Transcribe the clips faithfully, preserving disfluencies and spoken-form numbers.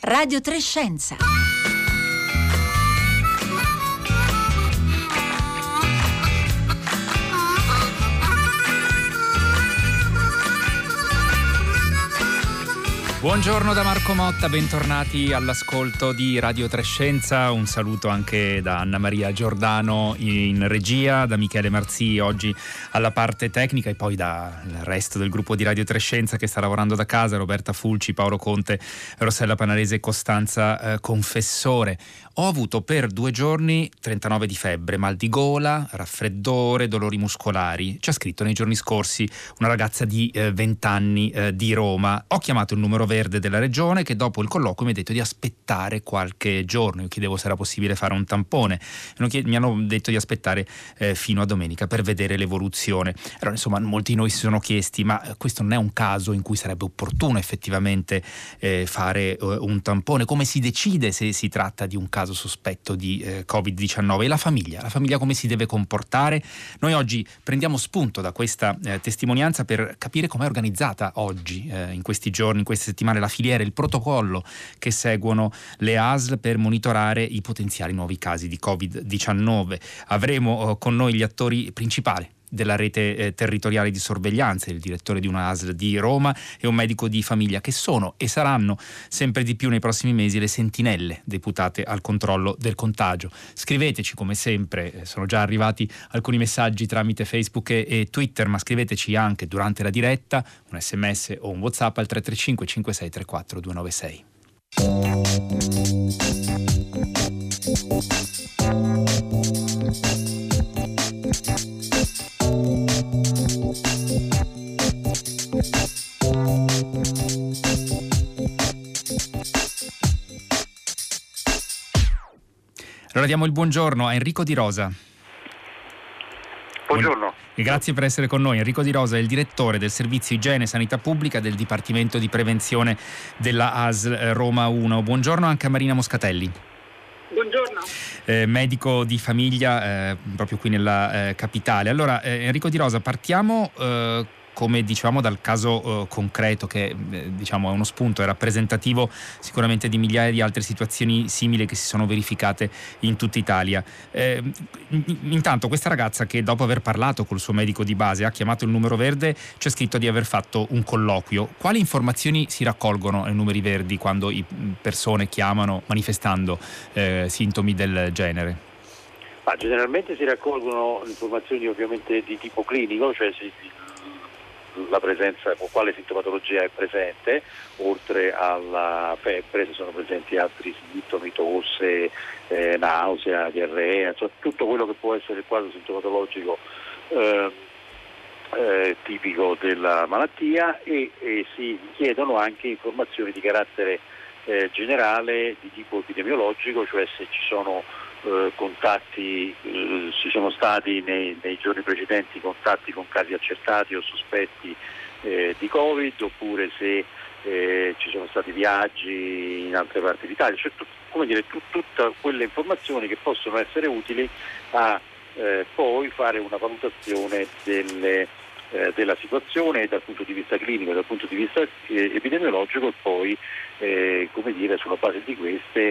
Radio tre Scienza. Buongiorno da Marco Motta, bentornati all'ascolto di Radio tre Scienza. Un saluto anche da Anna Maria Giordano in regia, da Michele Marzì oggi alla parte tecnica e poi dal resto del gruppo di Radio tre Scienza che sta lavorando da casa: Roberta Fulci, Paolo Conte, Rossella Panarese e Costanza eh, Confessore. Ho avuto per due giorni trentanove di febbre, mal di gola, raffreddore, dolori muscolari. Ci ha scritto nei giorni scorsi una ragazza di eh, venti anni eh, di Roma. Ho chiamato il numero verde della regione, che dopo il colloquio mi ha detto di aspettare qualche giorno. Io chiedevo se era possibile fare un tampone, mi hanno detto di aspettare eh, fino a domenica per vedere l'evoluzione. Allora, insomma, molti di noi si sono chiesti: ma questo non è un caso in cui sarebbe opportuno effettivamente eh, fare eh, un tampone? Come si decide se si tratta di un caso sospetto di eh, covid diciannove? E la famiglia, la famiglia come si deve comportare? Noi oggi prendiamo spunto da questa eh, testimonianza per capire com'è organizzata oggi, eh, in questi giorni, in queste settimane, la filiera, il protocollo che seguono le A S L per monitorare i potenziali nuovi casi di covid diciannove. Avremo eh, con noi gli attori principali della rete eh, territoriale di sorveglianza, il direttore di una A S L di Roma e un medico di famiglia, che sono e saranno sempre di più nei prossimi mesi le sentinelle deputate al controllo del contagio. Scriveteci come sempre, eh, sono già arrivati alcuni messaggi tramite Facebook e, e Twitter, ma scriveteci anche durante la diretta un sms o un WhatsApp al tre tre cinque cinque sei tre quattro due nove sei. Allora diamo il buongiorno a Enrico Di Rosa. Buongiorno. E grazie per essere con noi. Enrico Di Rosa è il direttore del Servizio Igiene e Sanità Pubblica del Dipartimento di Prevenzione della A S L Roma uno. Buongiorno anche a Marina Moscatelli. Buongiorno. Eh, medico di famiglia eh, proprio qui nella eh, capitale. Allora eh, Enrico Di Rosa, partiamo eh, come dicevamo dal caso eh, concreto che eh, diciamo è uno spunto, è rappresentativo sicuramente di migliaia di altre situazioni simili che si sono verificate in tutta Italia. Eh, intanto questa ragazza, che dopo aver parlato col suo medico di base ha chiamato il numero verde, c'è scritto di aver fatto un colloquio. Quali informazioni si raccolgono ai numeri verdi quando i persone chiamano manifestando eh, sintomi del genere? Ma generalmente si raccolgono informazioni ovviamente di tipo clinico, cioè si la presenza, con quale sintomatologia è presente, oltre alla febbre, se sono presenti altri sintomi, tosse, eh, nausea, diarrea, cioè tutto quello che può essere il quadro sintomatologico eh, eh, tipico della malattia, e, e si chiedono anche informazioni di carattere eh, generale di tipo epidemiologico, cioè se ci sono Eh, contatti, eh, ci sono stati nei, nei giorni precedenti contatti con casi accertati o sospetti eh, di Covid, oppure se eh, ci sono stati viaggi in altre parti d'Italia, cioè tut, come dire, tut, tutte quelle informazioni che possono essere utili a eh, poi fare una valutazione delle, eh, della situazione dal punto di vista clinico e dal punto di vista eh, epidemiologico, e poi eh, come dire, sulla base di queste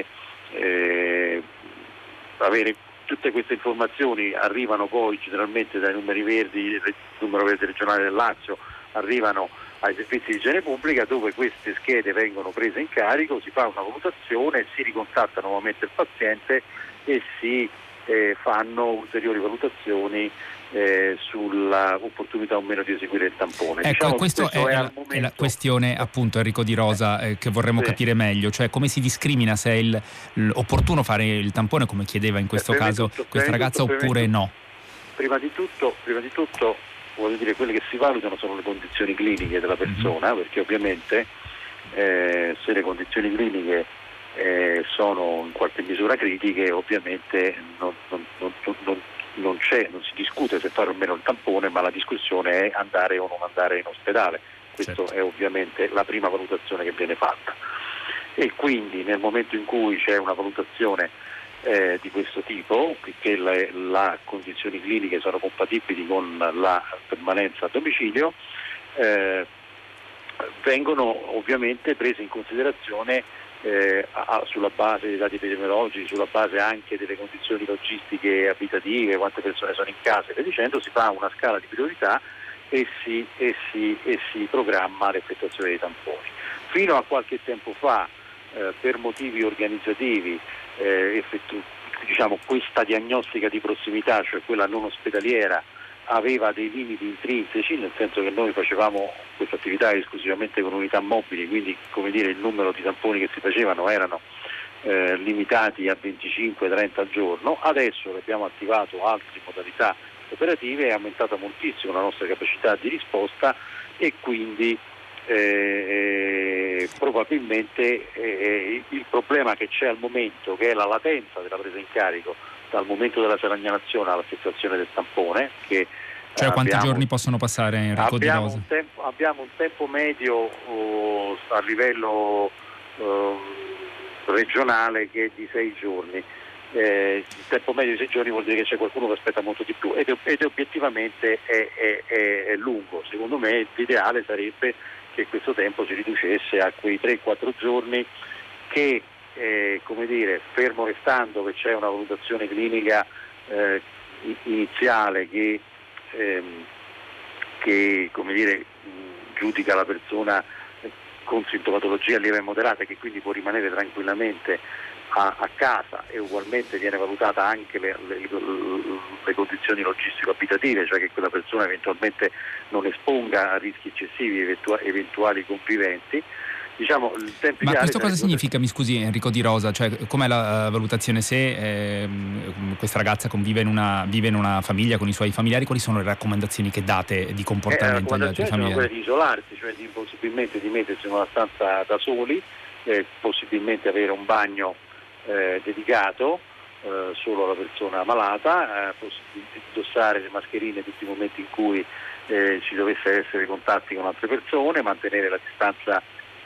eh, avere tutte queste informazioni. Arrivano poi generalmente dai numeri verdi, il numero verde regionale del Lazio, arrivano ai servizi di igiene pubblica, dove queste schede vengono prese in carico, si fa una valutazione, si ricontatta nuovamente il paziente e si eh, fanno ulteriori valutazioni eh, sulla opportunità o meno di eseguire il tampone. Ecco, diciamo questo questo è, è, la, al momento... è la questione appunto, Enrico Di Rosa, eh, che vorremmo sì. capire meglio, cioè come si discrimina se è il, il, opportuno fare il tampone, come chiedeva in questo eh, caso tutto, questa ragazza, tutto, oppure prima no? Prima di tutto, prima di tutto voglio dire, quelle che si valutano sono le condizioni cliniche della persona, mm-hmm. perché ovviamente eh, se le condizioni cliniche eh, sono in qualche misura critiche, ovviamente non, non, non, non, non c'è, non si discute se fare o meno il tampone, ma la discussione è andare o non andare in ospedale. Questo certo. È ovviamente la prima valutazione che viene fatta, e quindi nel momento in cui c'è una valutazione eh, di questo tipo, che le la condizioni cliniche sono compatibili con la permanenza a domicilio, eh, vengono ovviamente prese in considerazione eh, a, sulla base dei dati epidemiologici, sulla base anche delle condizioni logistiche e abitative, quante persone sono in casa e via dicendo, si fa una scala di priorità e si, e si, e si programma l'effettuazione dei tamponi. Fino a qualche tempo fa, eh, per motivi organizzativi, eh, effettu- diciamo, questa diagnostica di prossimità, cioè quella non ospedaliera, aveva dei limiti intrinseci, nel senso che noi facevamo questa attività esclusivamente con unità mobili, quindi come dire il numero di tamponi che si facevano erano eh, limitati a venticinque trenta al giorno. Adesso che abbiamo attivato altre modalità operative è aumentata moltissimo la nostra capacità di risposta e quindi eh, probabilmente eh, il problema che c'è al momento, che è la latenza della presa in carico dal momento della segnalazione all'effettuazione del tampone, che cioè quanti abbiamo, giorni possono passare, Enrico Di Rosa? Un tempo, abbiamo un tempo medio oh, a livello oh, regionale che è di sei giorni. Eh, il tempo medio di sei giorni vuol dire che c'è qualcuno che aspetta molto di più ed, ed obiettivamente è, è, è, è lungo. Secondo me l'ideale sarebbe che questo tempo si riducesse a quei tre quattro giorni che Eh, come dire, fermo restando che c'è una valutazione clinica eh, iniziale che, ehm, che come dire, mh, giudica la persona con sintomatologia lieve e moderata, che quindi può rimanere tranquillamente a, a casa, e ugualmente viene valutata anche le, le, le condizioni logistico-abitative, cioè che quella persona eventualmente non esponga a rischi eccessivi eventua- eventuali conviventi. Diciamo, il tempo Ma questo cosa sarebbe... significa, mi scusi Enrico Di Rosa, cioè com'è la uh, valutazione se eh, questa ragazza convive in una, vive in una famiglia con i suoi familiari, quali sono le raccomandazioni che date di comportamento eh, agli altri familiari? Sono quelle di isolarsi, cioè di possibilmente di mettersi in una stanza da soli, eh, possibilmente avere un bagno eh, dedicato eh, solo alla persona malata, eh, possibilmente indossare le mascherine tutti i momenti in cui eh, ci dovesse essere contatti con altre persone, mantenere la distanza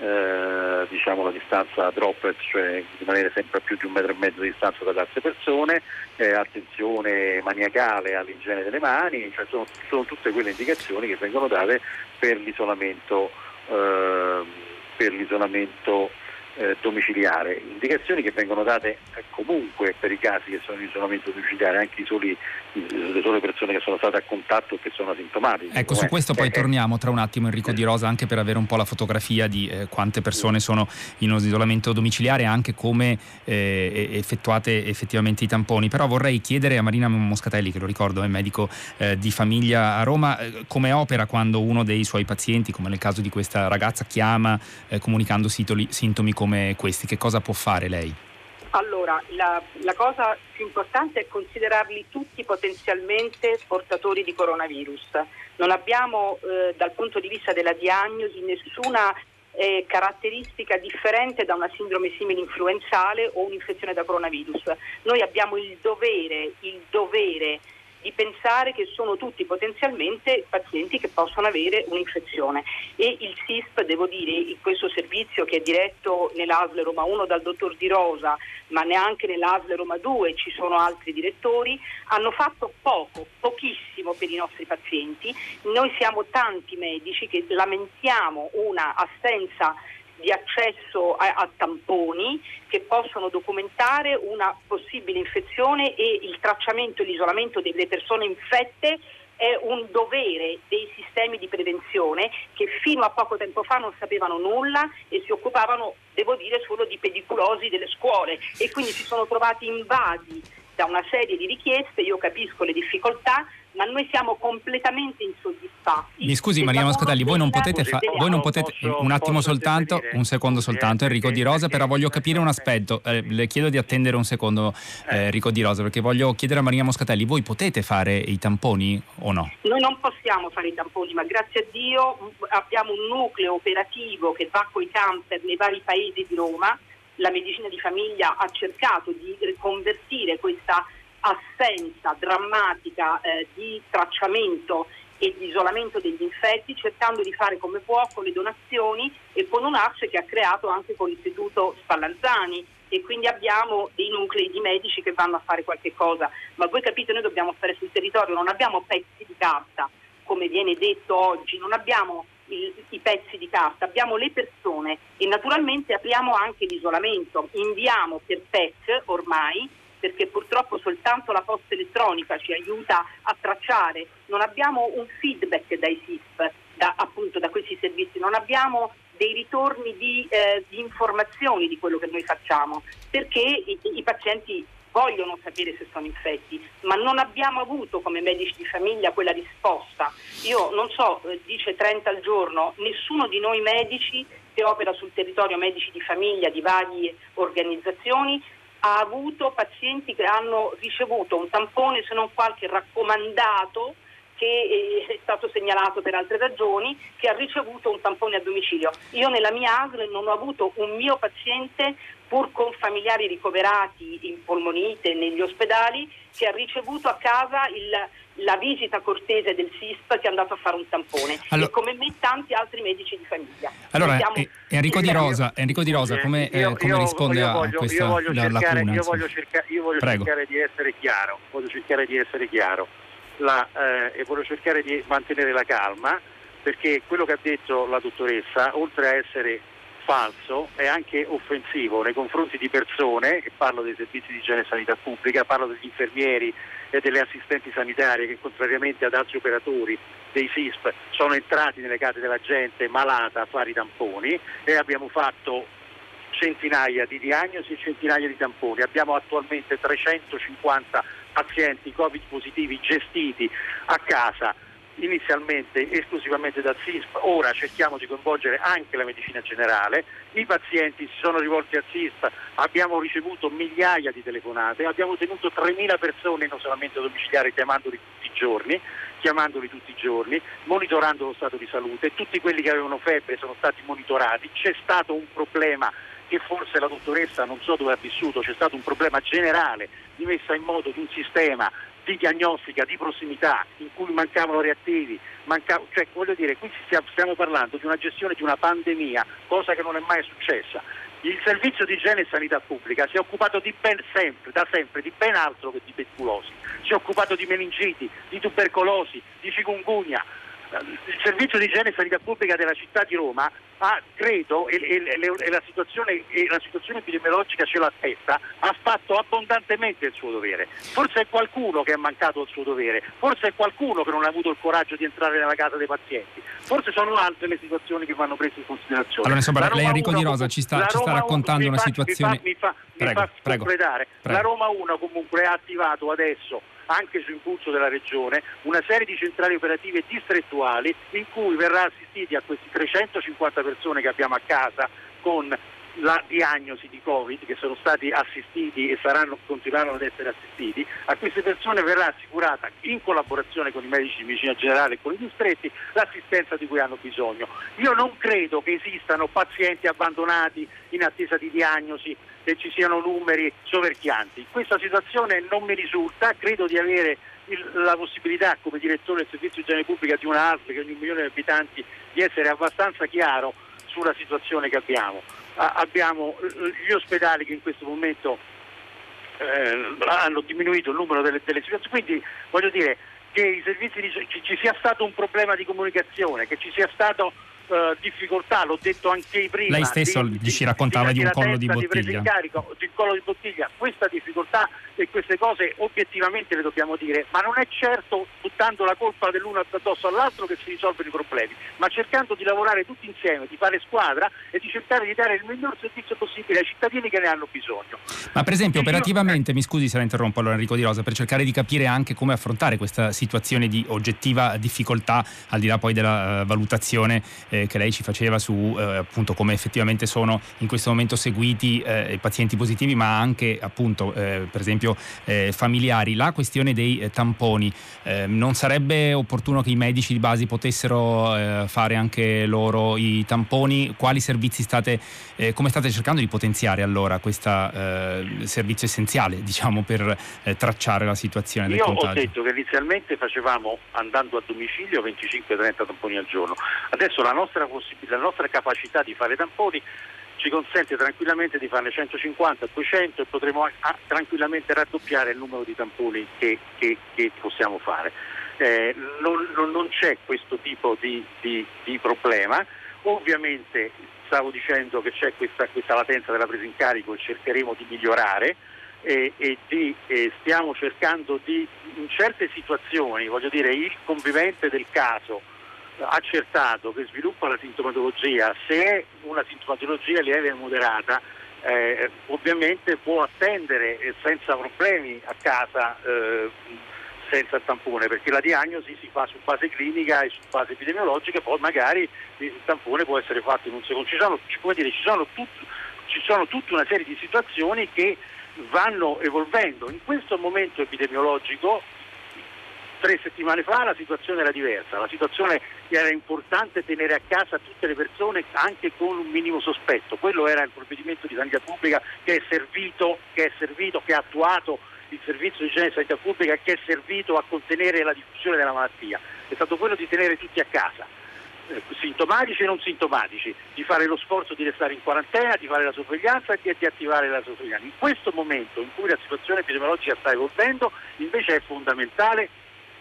Eh, diciamo la distanza droplet, cioè rimanere sempre a più di un metro e mezzo di distanza dalle altre persone, eh, attenzione maniacale all'igiene delle mani, cioè sono, sono tutte quelle indicazioni che vengono date per l'isolamento eh, per l'isolamento eh, domiciliare, indicazioni che vengono date eh, comunque per i casi che sono in isolamento domiciliare, anche i soli, le sole persone che sono state a contatto e che sono asintomatiche. Ecco, su questo poi eh, torniamo tra un attimo, Enrico Di Rosa, anche per avere un po' la fotografia di eh, quante persone sono in isolamento domiciliare e anche come eh, effettuate effettivamente i tamponi. Però vorrei chiedere a Marina Moscatelli, che lo ricordo è medico eh, di famiglia a Roma, eh, come opera quando uno dei suoi pazienti, come nel caso di questa ragazza, chiama eh, comunicando sitoli, sintomi come questi. Che cosa può fare lei? Allora, la, la cosa più importante è considerarli tutti potenzialmente portatori di coronavirus. Non abbiamo eh, dal punto di vista della diagnosi nessuna eh, caratteristica differente da una sindrome simile-influenzale o un'infezione da coronavirus. Noi abbiamo il dovere, il dovere di pensare che sono tutti potenzialmente pazienti che possono avere un'infezione, e il S I S P, devo dire, in questo servizio che è diretto nell'A S L Roma uno dal dottor Di Rosa, ma neanche nell'A S L Roma due ci sono altri direttori, hanno fatto poco, pochissimo per i nostri pazienti. Noi siamo tanti medici che lamentiamo una assenza di accesso a, a tamponi che possono documentare una possibile infezione, e il tracciamento e l'isolamento delle persone infette è un dovere dei sistemi di prevenzione che fino a poco tempo fa non sapevano nulla e si occupavano, devo dire, solo di pediculosi delle scuole, e quindi si sono trovati invasi da una serie di richieste. Io capisco le difficoltà, ma noi siamo completamente insoddisfatti. Mi scusi Marina Moscatelli, voi non potete fare, voi non potete, posso, un attimo posso soltanto, intervenire? un secondo soltanto, Enrico perché, Di Rosa, perché, però voglio perché, capire un aspetto, eh, le chiedo di attendere un secondo eh, Enrico Di Rosa, perché voglio chiedere a Marina Moscatelli, voi potete fare i tamponi o no? Noi non possiamo fare i tamponi, ma grazie a Dio abbiamo un nucleo operativo che va coi camper nei vari paesi di Roma. La medicina di famiglia ha cercato di riconvertire questa assenza drammatica eh, di tracciamento e di isolamento degli infetti, cercando di fare come può con le donazioni e con un A S C che ha creato anche con l'Istituto Spallanzani, e quindi abbiamo dei nuclei di medici che vanno a fare qualche cosa. Ma voi capite, noi dobbiamo stare sul territorio, non abbiamo pezzi di carta come viene detto oggi, non abbiamo il, i pezzi di carta, abbiamo le persone e naturalmente apriamo anche l'isolamento, inviamo per P E C ormai, perché purtroppo soltanto la posta elettronica ci aiuta a tracciare, non abbiamo un feedback dai S I S P, da, appunto da questi servizi, non abbiamo dei ritorni di, eh, di informazioni di quello che noi facciamo, perché i, i pazienti vogliono sapere se sono infetti, ma non abbiamo avuto come medici di famiglia quella risposta. Io non so, eh, dice trenta al giorno, nessuno di noi medici che opera sul territorio, medici di famiglia di varie organizzazioni, ha avuto pazienti che hanno ricevuto un tampone, se non qualche raccomandato che è stato segnalato per altre ragioni, che ha ricevuto un tampone a domicilio. Io nella mia A S L non ho avuto un mio paziente, pur con familiari ricoverati in polmonite negli ospedali, che ha ricevuto a casa il, la visita cortese del S I S P che è andato a fare un tampone. Allora, e come me tanti altri medici di famiglia. Allora, siamo... Enrico Di Rosa, Enrico Di Rosa, come, io, eh, come io, risponde io voglio, a questa io voglio cercare, lacuna? Io voglio, cerca, io voglio cercare di essere chiaro, voglio cercare di essere chiaro la, eh, e voglio cercare di mantenere la calma, perché quello che ha detto la dottoressa, oltre a essere falso, è anche offensivo nei confronti di persone, e parlo dei servizi di igiene e sanità pubblica, parlo degli infermieri e delle assistenti sanitarie che, contrariamente ad altri operatori dei S I S P, sono entrati nelle case della gente malata a fare i tamponi, e abbiamo fatto centinaia di diagnosi e centinaia di tamponi. Abbiamo attualmente trecentocinquanta pazienti Covid positivi gestiti a casa, inizialmente esclusivamente dal S I S P, ora cerchiamo di coinvolgere anche la medicina generale. I pazienti si sono rivolti al S I S P, abbiamo ricevuto migliaia di telefonate, abbiamo tenuto tremila persone in isolamento domiciliare chiamandoli tutti i giorni, chiamandoli tutti i giorni, monitorando lo stato di salute. Tutti quelli che avevano febbre sono stati monitorati. C'è stato un problema che forse la dottoressa non so dove ha vissuto, c'è stato un problema generale di messa in moto di un sistema di diagnostica di prossimità in cui mancavano reattivi, manca, cioè voglio dire, qui stiamo parlando di una gestione di una pandemia, cosa che non è mai successa. Il servizio di igiene e sanità pubblica si è occupato di ben sempre, da sempre, di ben altro che di tubercolosi, si è occupato di meningiti, di tubercolosi, di chikungunya. Il servizio di igiene e sanità pubblica della città di Roma ha, credo, e, e, e, la situazione, e la situazione epidemiologica ce l'attesta, ha fatto abbondantemente il suo dovere. Forse è qualcuno che ha mancato il suo dovere, forse è qualcuno che non ha avuto il coraggio di entrare nella casa dei pazienti, forse sono altre le situazioni che vanno prese in considerazione. Allora, insomma, lei Enrico Di Rosa ci sta, ci sta raccontando una fa, situazione... Mi fa, mi fa, mi fa prego, completare. Prego. La Roma uno comunque ha attivato adesso, anche su impulso della Regione, una serie di centrali operative distrettuali in cui verrà assistiti a questi trecentocinquanta persone che abbiamo a casa con la diagnosi di Covid, che sono stati assistiti e saranno continueranno ad essere assistiti. A queste persone verrà assicurata, in collaborazione con i medici di medicina generale e con i distretti, l'assistenza di cui hanno bisogno. Io non credo che esistano pazienti abbandonati in attesa di diagnosi, che ci siano numeri soverchianti. Questa situazione non mi risulta, credo di avere il, la possibilità come direttore del servizio di igiene pubblica di una A S L che ogni un milione di abitanti di essere abbastanza chiaro sulla situazione che abbiamo. Ah, abbiamo gli ospedali che in questo momento eh, hanno diminuito il numero delle, delle situazioni, quindi voglio dire che i servizi di, ci, ci sia stato un problema di comunicazione, che ci sia stato Uh, difficoltà, l'ho detto anche prima. Lei stesso di, ci raccontava di, di un collo di bottiglia. Di presa in carico, di collo di bottiglia. Questa difficoltà e queste cose obiettivamente le dobbiamo dire, ma non è certo buttando la colpa dell'uno addosso all'altro che si risolvono i problemi, ma cercando di lavorare tutti insieme, di fare squadra e di cercare di dare il miglior servizio possibile ai cittadini che ne hanno bisogno. Ma per esempio, e operativamente, io... mi scusi se la interrompo allora Enrico Di Rosa, per cercare di capire anche come affrontare questa situazione di oggettiva difficoltà, al di là poi della uh, valutazione eh, che lei ci faceva su eh, appunto come effettivamente sono in questo momento seguiti eh, i pazienti positivi, ma anche appunto eh, per esempio eh, familiari. La questione dei eh, tamponi, eh, non sarebbe opportuno che i medici di base potessero eh, fare anche loro i tamponi? Quali servizi state, eh, come state cercando di potenziare allora questo eh, servizio essenziale, diciamo, per eh, tracciare la situazione del Io contagio? Io ho detto che inizialmente facevamo, andando a domicilio, venticinque trenta tamponi al giorno. Adesso la nostra possibilità, la nostra capacità di fare tamponi ci consente tranquillamente di farne centocinquanta, duecento e potremo a, a, tranquillamente raddoppiare il numero di tamponi che, che, che possiamo fare. eh, non, non, non c'è questo tipo di, di, di problema. Ovviamente stavo dicendo che c'è questa, questa latenza della presa in carico e cercheremo di migliorare e, e di, eh, stiamo cercando di, in certe situazioni, voglio dire, il convivente del caso accertato che sviluppa la sintomatologia, se è una sintomatologia lieve e moderata, eh, ovviamente può attendere eh, senza problemi a casa, eh, senza il tampone, perché la diagnosi si fa su base clinica e su base epidemiologica, poi magari il tampone può essere fatto in un secondo. Ci sono, come dire, ci sono, tut, ci sono tutta una serie di situazioni che vanno evolvendo. In questo momento epidemiologico, tre settimane fa la situazione era diversa, la situazione era importante tenere a casa tutte le persone anche con un minimo sospetto, quello era il provvedimento di sanità pubblica che è servito, che è servito, che ha attuato il servizio di igiene e sanità pubblica, che è servito a contenere la diffusione della malattia, è stato quello di tenere tutti a casa, eh, sintomatici e non sintomatici, di fare lo sforzo di restare in quarantena, di fare la sorveglianza e di, di attivare la sorveglianza. In questo momento in cui la situazione epidemiologica sta evolvendo, invece è fondamentale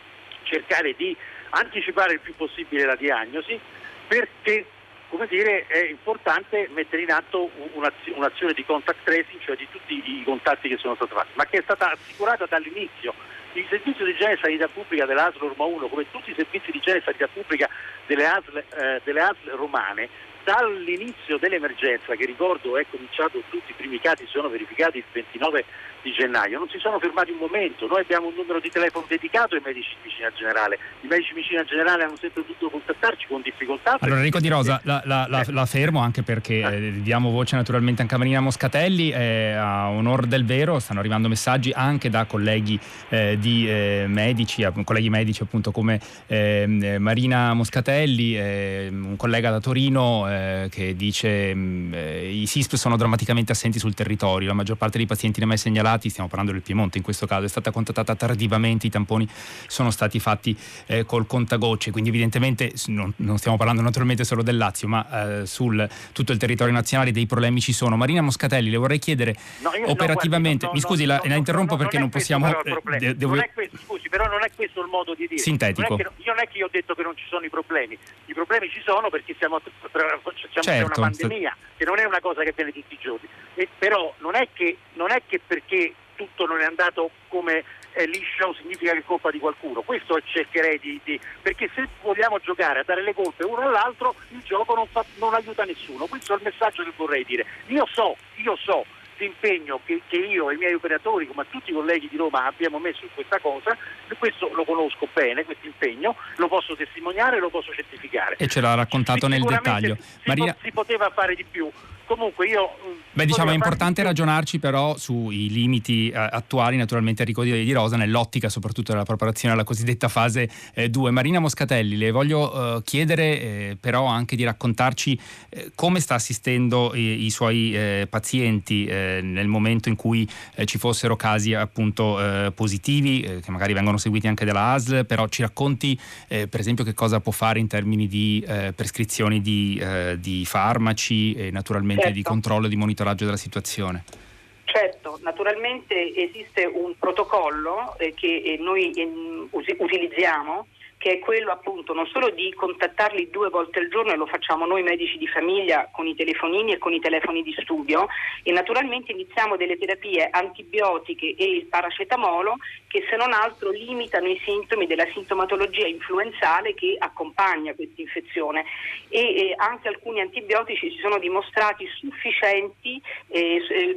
cercare di anticipare il più possibile la diagnosi, perché, come dire, è importante mettere in atto un'azione di contact tracing, cioè di tutti i contatti che sono stati fatti, ma che è stata assicurata dall'inizio. Il servizio di igiene e sanità pubblica dell'A S L Roma uno, come tutti i servizi di igiene e sanità pubblica delle A S L, eh, delle A S L romane, dall'inizio dell'emergenza, che ricordo è cominciato, tutti i primi casi si sono verificati il ventinove di gennaio, non si sono fermati un momento. Noi abbiamo un numero di telefono dedicato ai medici di medicina generale, i medici di medicina generale hanno sempre potuto contattarci con difficoltà. Allora Enrico Di Rosa, la, la, la, la fermo anche perché eh, diamo voce naturalmente anche a Marina Moscatelli, eh, a onor del vero stanno arrivando messaggi anche da colleghi eh, di eh, medici, colleghi medici appunto come eh, Marina Moscatelli, eh, un collega da Torino eh, che dice mh, eh, i S I S P sono drammaticamente assenti sul territorio, la maggior parte dei pazienti ne mai segnalati, stiamo parlando del Piemonte in questo caso, è stata contattata tardivamente, i tamponi sono stati fatti eh, col contagocce, quindi evidentemente non, non stiamo parlando naturalmente solo del Lazio, ma eh, sul tutto il territorio nazionale dei problemi ci sono. Marina Moscatelli, le vorrei chiedere no, operativamente, no, guardi, no, mi scusi, no, la, no, la interrompo no, perché non, non possiamo eh, devo... non è questo, scusi, però non è questo il modo di dire. Sintetico. Non è che, io non è che io ho detto che non ci sono i problemi, i problemi ci sono perché siamo c'è certo, una pandemia che non è una cosa che avviene tutti i giorni, e però non è che non è che perché tutto non è andato come è liscio significa che è colpa di qualcuno. Questo cercherei di, di perché se vogliamo giocare a dare le colpe uno all'altro, il gioco non, fa, non aiuta nessuno. Questo è il messaggio che vorrei dire. Io so, io so l'impegno che, che io e i miei operatori, come a tutti i colleghi di Roma, abbiamo messo in questa cosa, e questo lo conosco bene, questo impegno, lo posso testimoniare, lo posso certificare. E ce l'ha raccontato nel dettaglio. Si, Marina... si poteva fare di più. Comunque io... Beh, diciamo è importante ragionarci però sui limiti eh, attuali, naturalmente Enrico Di Rosa, nell'ottica soprattutto della preparazione alla cosiddetta fase due. Eh, Marina Moscatelli, le voglio eh, chiedere eh, però anche di raccontarci eh, come sta assistendo i, i suoi eh, pazienti eh, nel momento in cui eh, ci fossero casi appunto eh, positivi, eh, che magari vengono seguiti anche dalla A S L, però ci racconti eh, per esempio che cosa può fare in termini di eh, prescrizioni di, eh, di farmaci e naturalmente certo. di controllo e di monitoraggio della situazione. Certo, naturalmente esiste un protocollo eh, che eh, noi eh, us- utilizziamo, che è quello appunto non solo di contattarli due volte al giorno, e lo facciamo noi medici di famiglia con i telefonini e con i telefoni di studio, e naturalmente iniziamo delle terapie antibiotiche e il paracetamolo che se non altro limitano i sintomi della sintomatologia influenzale che accompagna questa infezione, e eh, anche alcuni antibiotici si sono dimostrati sufficienti e eh,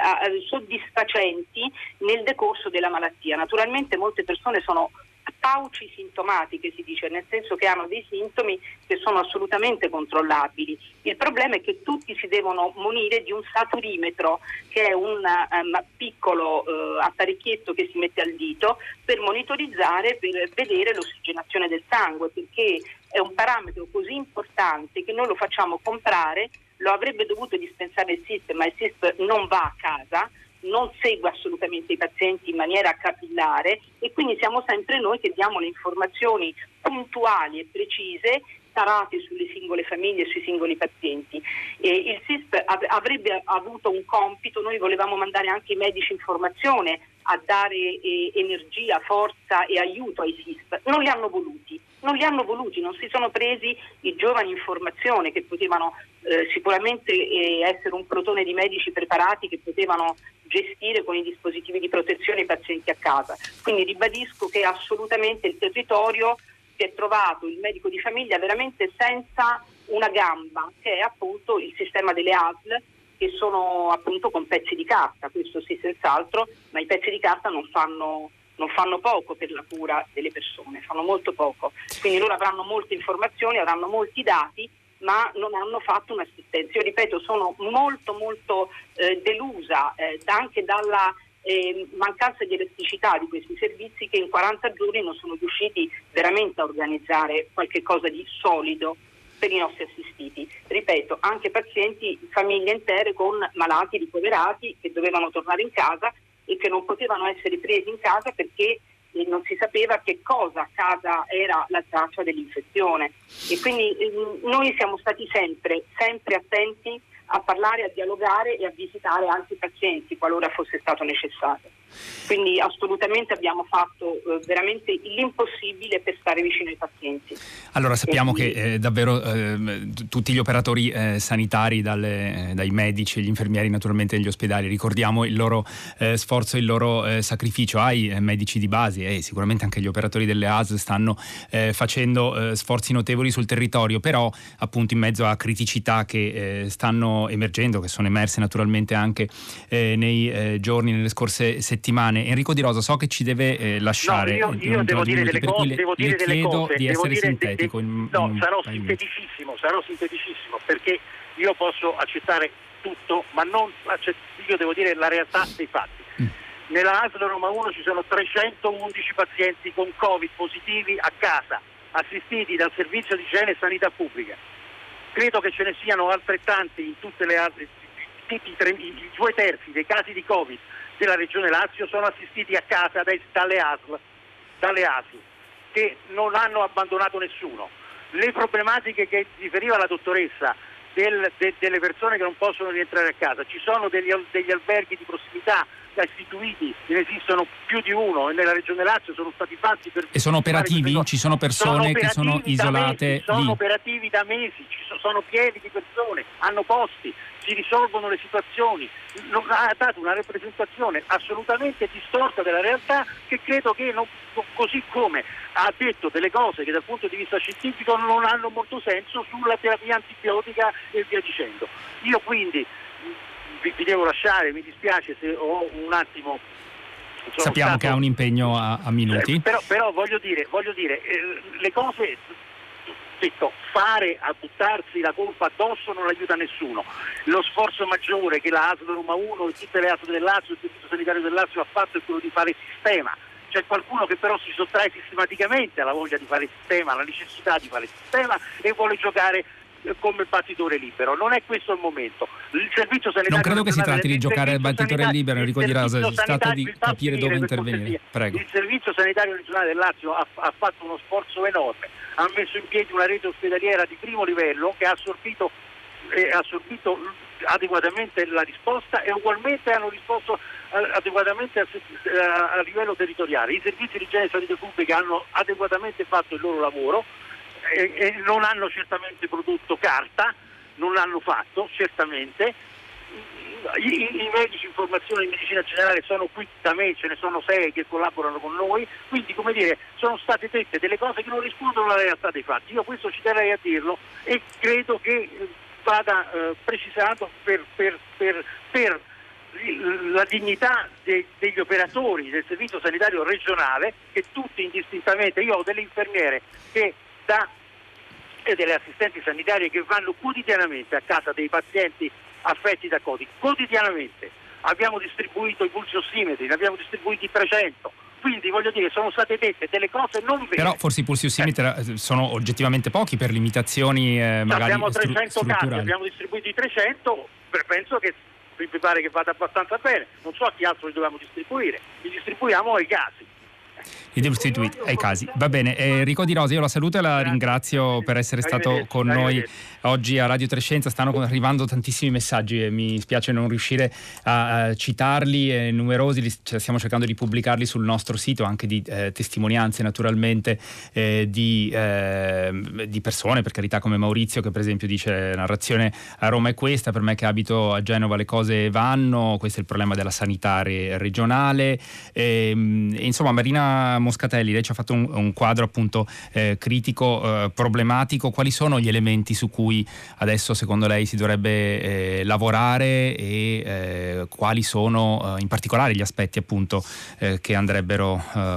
soddisfacenti nel decorso della malattia. Naturalmente molte persone sono pauci sintomatiche, si dice, nel senso che hanno dei sintomi che sono assolutamente controllabili. Il problema è che tutti si devono munire di un saturimetro, che è un um, piccolo uh, apparecchietto che si mette al dito per monitorizzare, per vedere l'ossigenazione del sangue, perché è un parametro così importante che noi lo facciamo comprare, lo avrebbe dovuto dispensare il S I S P, ma il S I S P non va a casa, non segue assolutamente i pazienti in maniera capillare, e quindi siamo sempre noi che diamo le informazioni puntuali e precise, tarate sulle singole famiglie e sui singoli pazienti. E il S I S P av- avrebbe avuto un compito, noi volevamo mandare anche i medici in formazione a dare eh, energia, forza e aiuto ai S I S P, non li hanno voluti, non li hanno voluti, non si sono presi i giovani in formazione che potevano eh, sicuramente eh, essere un plotone di medici preparati che potevano gestire con i dispositivi di protezione i pazienti a casa. Quindi ribadisco che assolutamente il territorio si è trovato, il medico di famiglia, veramente senza una gamba, che è appunto il sistema delle A S L, che sono appunto con pezzi di carta, questo sì senz'altro, ma i pezzi di carta non fanno, non fanno poco per la cura delle persone, fanno molto poco. Quindi loro avranno molte informazioni, avranno molti dati, ma non hanno fatto un'assistenza. Io ripeto, sono molto molto eh, delusa eh, anche dalla eh, mancanza di elasticità di questi servizi, che in quaranta giorni non sono riusciti veramente a organizzare qualche cosa di solido per i nostri assistiti. Ripeto, anche pazienti, famiglie intere con malati ricoverati che dovevano tornare in casa e che non potevano essere presi in casa perché eh, non si sapeva che cosa a casa era la traccia dell'infezione. E quindi eh, noi siamo stati sempre, sempre attenti a parlare, a dialogare e a visitare anche i pazienti qualora fosse stato necessario. Quindi assolutamente abbiamo fatto eh, veramente l'impossibile per stare vicino ai pazienti. Allora sappiamo quindi... che eh, davvero eh, t- tutti gli operatori eh, sanitari, dalle, eh, dai medici e gli infermieri naturalmente degli ospedali, ricordiamo il loro eh, sforzo, il loro eh, sacrificio ai eh, medici di base e sicuramente anche gli operatori delle A S L stanno eh, facendo eh, sforzi notevoli sul territorio, però appunto in mezzo a criticità che eh, stanno emergendo, che sono emerse naturalmente anche eh, nei eh, giorni, nelle scorse settimane. Enrico Di Rosa, so che ci deve eh, lasciare. No, io, io devo dire minuti, delle cose, devo dire delle cose, di devo essere dire sintetico. De, de, in, no, in sarò sinteticissimo, sarò sinteticissimo, perché io posso accettare tutto, ma non io devo dire la realtà dei fatti. Mm. Nella A S L Roma uno ci sono trecentoundici pazienti con Covid positivi a casa, assistiti dal servizio di igiene e sanità pubblica. Credo che ce ne siano altrettanti in tutte le altre, tutti i, tre, i due terzi dei casi di Covid della Regione Lazio sono assistiti a casa dai, dalle A S L, dalle A S L, che non hanno abbandonato nessuno. Le problematiche che riferiva la dottoressa del, de, delle persone che non possono rientrare a casa, ci sono degli, degli alberghi di prossimità istituiti, ne esistono più di uno e nella Regione Lazio sono stati fatti per... E sono operativi? Ci sono persone sono che sono isolate mesi, sono lì? operativi da mesi, ci sono, sono pieni di persone, hanno posti, si risolvono le situazioni. Non, ha dato una rappresentazione assolutamente distorta della realtà, che credo che non, così come ha detto delle cose che dal punto di vista scientifico non hanno molto senso sulla terapia antibiotica e via dicendo. Io quindi vi, vi devo lasciare, mi dispiace se ho un attimo... Sappiamo stato... che ha un impegno a, a minuti. Eh, però, però voglio dire, voglio dire eh, le cose... detto, fare a buttarsi la colpa addosso non aiuta nessuno. Lo sforzo maggiore che la A S L Roma uno e tutte le A S L del Lazio, il Servizio Sanitario del Lazio ha fatto è quello di fare sistema. C'è qualcuno che però si sottrae sistematicamente alla voglia di fare sistema, alla necessità di fare sistema e vuole giocare eh, come battitore libero. Non è questo il momento. Il Servizio Sanitario non credo che si tratti di giocare al battitore sanitario, libero, Enrico Di Rosa, si tratta di capire dove intervenire. Prego. Il Servizio Sanitario Regionale del Lazio ha, ha fatto uno sforzo enorme, ha messo in piedi una rete ospedaliera di primo livello che ha assorbito, eh, assorbito adeguatamente la risposta e ugualmente hanno risposto eh, adeguatamente a, a, a livello territoriale. I servizi di igiene e sanità pubblica hanno adeguatamente fatto il loro lavoro e, e non hanno certamente prodotto carta, non l'hanno fatto certamente. I, i medici in formazione in medicina generale sono qui da me, ce ne sono sei che collaborano con noi, quindi come dire sono state dette delle cose che non rispondono alla realtà dei fatti. Io questo ci terrei a dirlo e credo che vada eh, precisato per, per, per, per la dignità de, degli operatori del servizio sanitario regionale, che tutti indistintamente, io ho delle infermiere che da e delle assistenti sanitarie che vanno quotidianamente a casa dei pazienti affetti da Covid, quotidianamente. Abbiamo distribuito i pulsiossimetri, ne abbiamo distribuiti trecento, quindi voglio dire sono state dette delle cose non vere. Però forse i pulsiossimetri eh. sono oggettivamente pochi per limitazioni eh, magari abbiamo trecento stru- casi, abbiamo distribuiti trecento, penso che mi pare che vada abbastanza bene, non so a chi altro li dobbiamo distribuire, li distribuiamo ai casi. sostituiti ai casi. Va bene, Enrico Di Rosa, io la saluto e la ringrazio per essere stato con noi oggi a Radio Trescenza. Stanno arrivando tantissimi messaggi e mi spiace non riuscire a citarli, e numerosi, li stiamo cercando di pubblicarli sul nostro sito, anche di eh, testimonianze naturalmente eh, di, eh, di persone, per carità, come Maurizio, che per esempio dice: narrazione a Roma è questa, per me che abito a Genova le cose vanno, questo è il problema della sanità regionale. E, insomma, Marina Moscatelli, lei ci ha fatto un, un quadro appunto eh, critico, eh, problematico. Quali sono gli elementi su cui adesso secondo lei si dovrebbe eh, lavorare e eh, quali sono eh, in particolare gli aspetti appunto eh, che andrebbero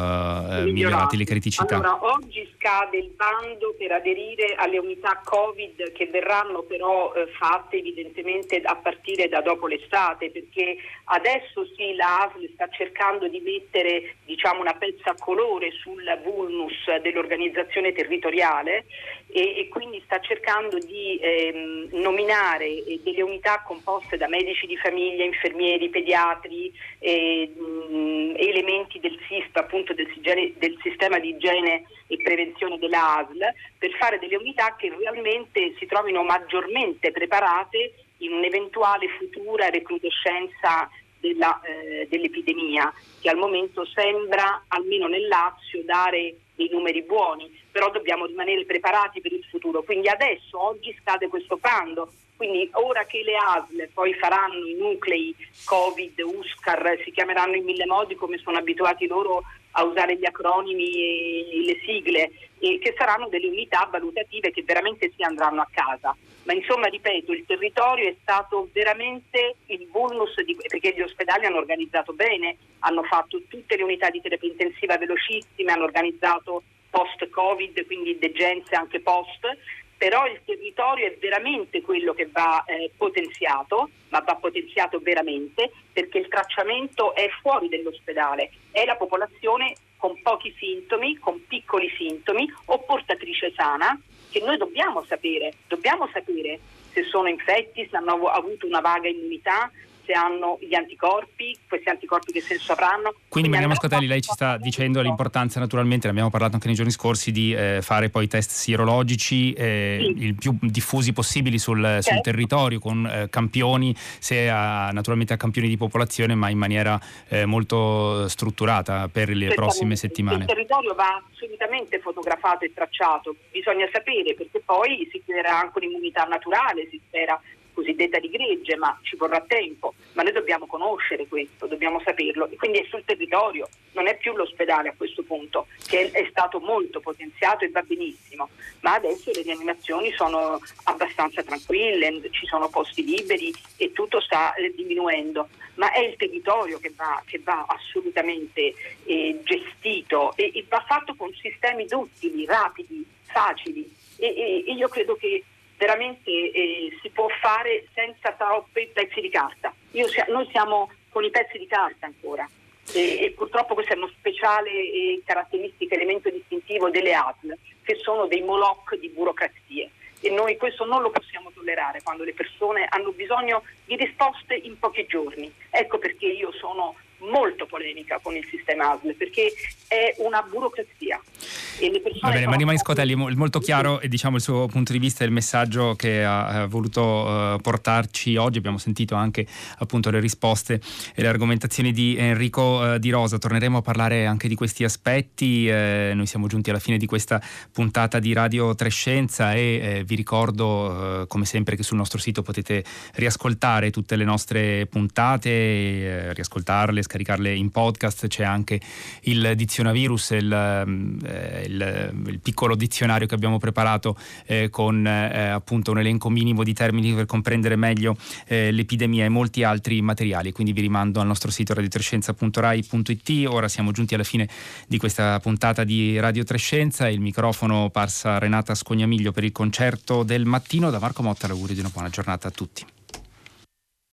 eh, migliorati, le criticità? Allora, oggi scade il bando per aderire alle unità Covid, che verranno però eh, fatte evidentemente a partire da dopo l'estate, perché adesso sì, la A S L sta cercando di mettere, diciamo, una pezza a colore sul vulnus dell'organizzazione territoriale e, e quindi sta cercando di ehm, nominare eh, delle unità composte da medici di famiglia, infermieri, pediatri, eh, mh, elementi del S I S P, appunto del, del sistema di igiene e prevenzione della A S L, per fare delle unità che realmente si trovino maggiormente preparate in un'eventuale futura recrudescenza della, eh, dell'epidemia, che al momento sembra, almeno nel Lazio, dare dei numeri buoni, però dobbiamo rimanere preparati per il futuro. Quindi adesso, oggi scade questo bando, quindi ora che le A S L poi faranno i nuclei Covid, U S C A R, si chiameranno in mille modi come sono abituati loro a usare gli acronimi e le sigle, e che saranno delle unità valutative che veramente si andranno a casa. Ma insomma, ripeto, il territorio è stato veramente il vulnus, di, perché gli ospedali hanno organizzato bene, hanno fatto tutte le unità di terapia intensiva velocissime, hanno organizzato post-Covid, quindi degenze anche post, però il territorio è veramente quello che va eh, potenziato, ma va potenziato veramente, perché il tracciamento è fuori dall'ospedale, è la popolazione con pochi sintomi, con piccoli sintomi o portatrice sana, che noi dobbiamo sapere, dobbiamo sapere se sono infetti, se hanno avuto una vaga immunità, se hanno gli anticorpi, questi anticorpi che senso avranno. Quindi Marina Moscatelli, lei ci sta dicendo l'importanza, naturalmente, ne abbiamo parlato anche nei giorni scorsi, di eh, fare poi test sierologici eh, sì. il più diffusi possibili sul, certo. sul territorio, con eh, campioni, se a, naturalmente a campioni di popolazione, ma in maniera eh, molto strutturata per le prossime settimane. Il territorio va assolutamente fotografato e tracciato, bisogna sapere, perché poi si chiederà anche un'immunità naturale, si spera cosiddetta di gregge, ma ci vorrà tempo, ma noi dobbiamo conoscere questo, dobbiamo saperlo, e quindi è sul territorio, non è più l'ospedale a questo punto, che è stato molto potenziato e va benissimo, ma adesso le rianimazioni sono abbastanza tranquille, ci sono posti liberi e tutto sta eh, diminuendo, ma è il territorio che va, che va assolutamente eh, gestito e, e va fatto con sistemi duttili, rapidi, facili, e, e, e io credo che veramente eh, si può fare senza troppi pezzi di carta. Io, noi siamo con i pezzi di carta ancora e, e purtroppo questo è uno speciale e caratteristico, elemento distintivo delle A S L, che sono dei moloch di burocrazie, e noi questo non lo possiamo tollerare quando le persone hanno bisogno di risposte in pochi giorni. Ecco perché io sono molto polemica con il sistema A S L, perché è una burocrazia. E le persone Va bene, Marina Moscatelli, molto... molto chiaro e diciamo il suo punto di vista e il messaggio che ha, ha voluto uh, portarci oggi. Abbiamo sentito anche appunto le risposte e le argomentazioni di Enrico uh, Di Rosa. Torneremo a parlare anche di questi aspetti. Eh, noi siamo giunti alla fine di questa puntata di Radio Trescenza e eh, vi ricordo uh, come sempre che sul nostro sito potete riascoltare tutte le nostre puntate, eh, riascoltarle, scaricarle in podcast. C'è anche il Dizionavirus, il, eh, il, il piccolo dizionario che abbiamo preparato eh, con eh, appunto un elenco minimo di termini per comprendere meglio eh, l'epidemia e molti altri materiali. Quindi vi rimando al nostro sito radio trescenza punto rai punto it. Ora siamo giunti alla fine di questa puntata di Radio Trescenza. Il microfono passa a Renata Scognamiglio per il concerto del mattino. Da Marco Motta l'augurio di una buona giornata a tutti.